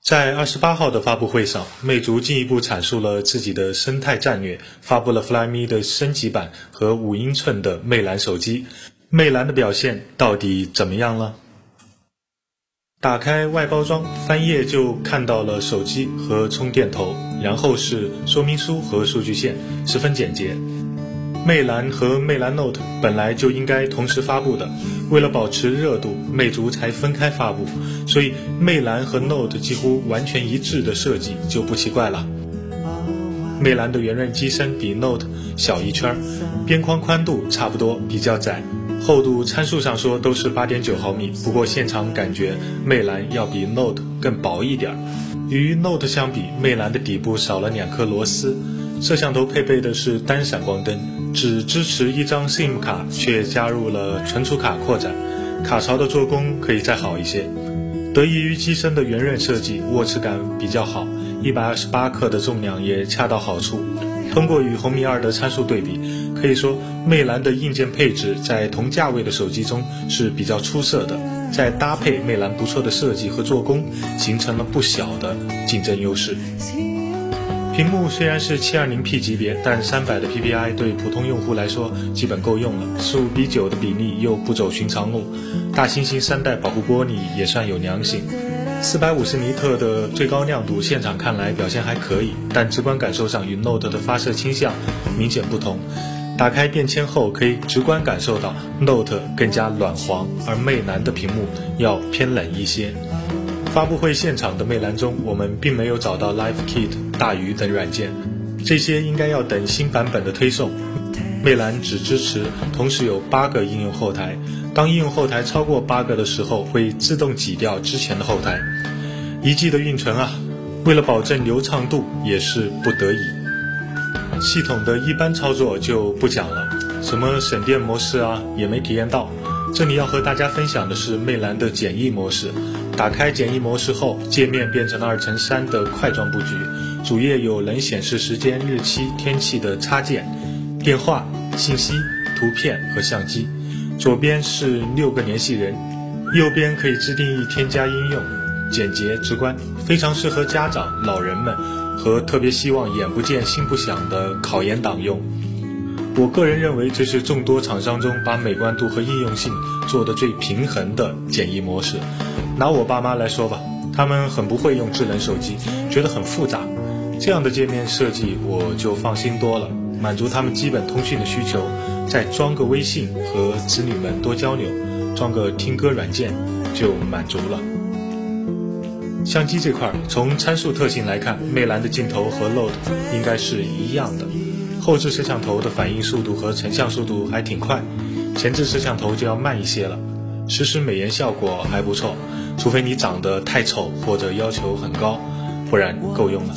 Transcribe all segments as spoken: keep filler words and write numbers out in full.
在二十八号的发布会上，魅族进一步阐述了自己的生态战略，发布了 Flyme 的升级版和五英寸的魅蓝手机。魅蓝的表现到底怎么样了？打开外包装，翻页就看到了手机和充电头，然后是说明书和数据线，十分简洁。魅蓝和魅蓝 Note 本来就应该同时发布的，为了保持热度，魅族才分开发布，所以魅蓝和 Note 几乎完全一致的设计就不奇怪了。魅蓝的圆润机身比 Note 小一圈，边框宽度差不多，比较窄，厚度参数上说都是 八点九毫米，不过现场感觉魅蓝要比 Note 更薄一点。与 Note 相比，魅蓝的底部少了两颗螺丝，摄像头配备的是单闪光灯，只支持一张 SIM 卡，却加入了存储卡扩展，卡槽的做工可以再好一些。得益于机身的圆润设计，握持感比较好，一百二十八克的重量也恰到好处。通过与红米二的参数对比，可以说魅蓝的硬件配置在同价位的手机中是比较出色的，再搭配魅蓝不错的设计和做工，形成了不小的竞争优势。屏幕虽然是 七二零 P 级别，但三百的 P P I 对普通用户来说基本够用了，十五比九的比例又不走寻常路，大猩猩三代保护玻璃也算有良心。四百五十尼特的最高亮度，现场看来表现还可以，但直观感受上与 Note 的发射倾向明显不同。打开便签后，可以直观感受到 Note 更加暖黄，而魅蓝的屏幕要偏冷一些。发布会现场的魅蓝中，我们并没有找到 Live Kit、大鱼等软件，这些应该要等新版本的推送。魅蓝只支持同时有八个应用后台，当应用后台超过八个的时候，会自动挤掉之前的后台。一 G 的运存啊，为了保证流畅度也是不得已。系统的一般操作就不讲了，什么省电模式啊也没体验到。这里要和大家分享的是魅蓝的简易模式。打开简易模式后，界面变成了二乘三的块状布局，主页有能显示时间、日期、天气的插件、电话、信息、图片和相机。左边是六个联系人，右边可以自定义添加应用，简洁直观，非常适合家长、老人们和特别希望眼不见心不响的考研党用。我个人认为这是众多厂商中把美观度和应用性做得最平衡的简易模式。拿我爸妈来说吧，他们很不会用智能手机，觉得很复杂，这样的界面设计我就放心多了，满足他们基本通讯的需求，再装个微信和子女们多交流，装个听歌软件就满足了。相机这块，从参数特性来看，魅蓝的镜头和 Note 应该是一样的，后置摄像头的反应速度和成像速度还挺快，前置摄像头就要慢一些了，实时美颜效果还不错，除非你长得太丑或者要求很高，不然够用了。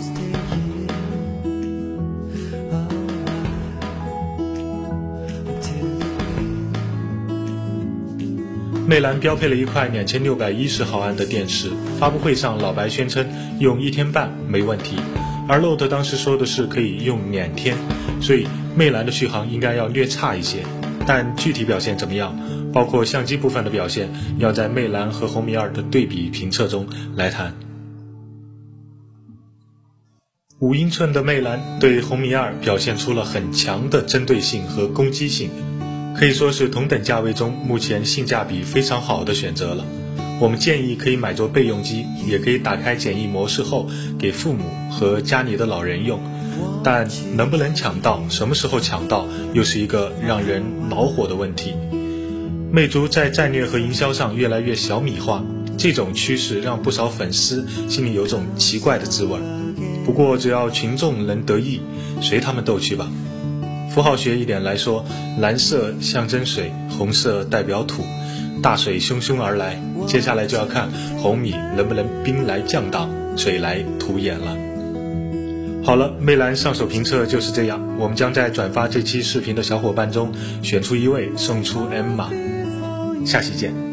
魅蓝标配了一块两千六百一十毫安的电池，发布会上老白宣称用一天半没问题，而 Note 当时说的是可以用两天，所以魅蓝的续航应该要略差一些，但具体表现怎么样，包括相机部分的表现，要在魅蓝和红米二的对比评测中来谈。五英寸的魅蓝对红米二表现出了很强的针对性和攻击性，可以说是同等价位中目前性价比非常好的选择了。我们建议可以买作备用机，也可以打开简易模式后给父母和家里的老人用，但能不能抢到，什么时候抢到，又是一个让人恼火的问题。魅族在战略和营销上越来越小米化，这种趋势让不少粉丝心里有种奇怪的滋味。不过只要群众能得益，随他们斗去吧。符号学一点来说，蓝色象征水，红色代表土，大水汹汹而来，接下来就要看红米能不能兵来将挡，水来土掩了。好了，魅蓝上手评测就是这样，我们将在转发这期视频的小伙伴中选出一位送出 M 码，下期见。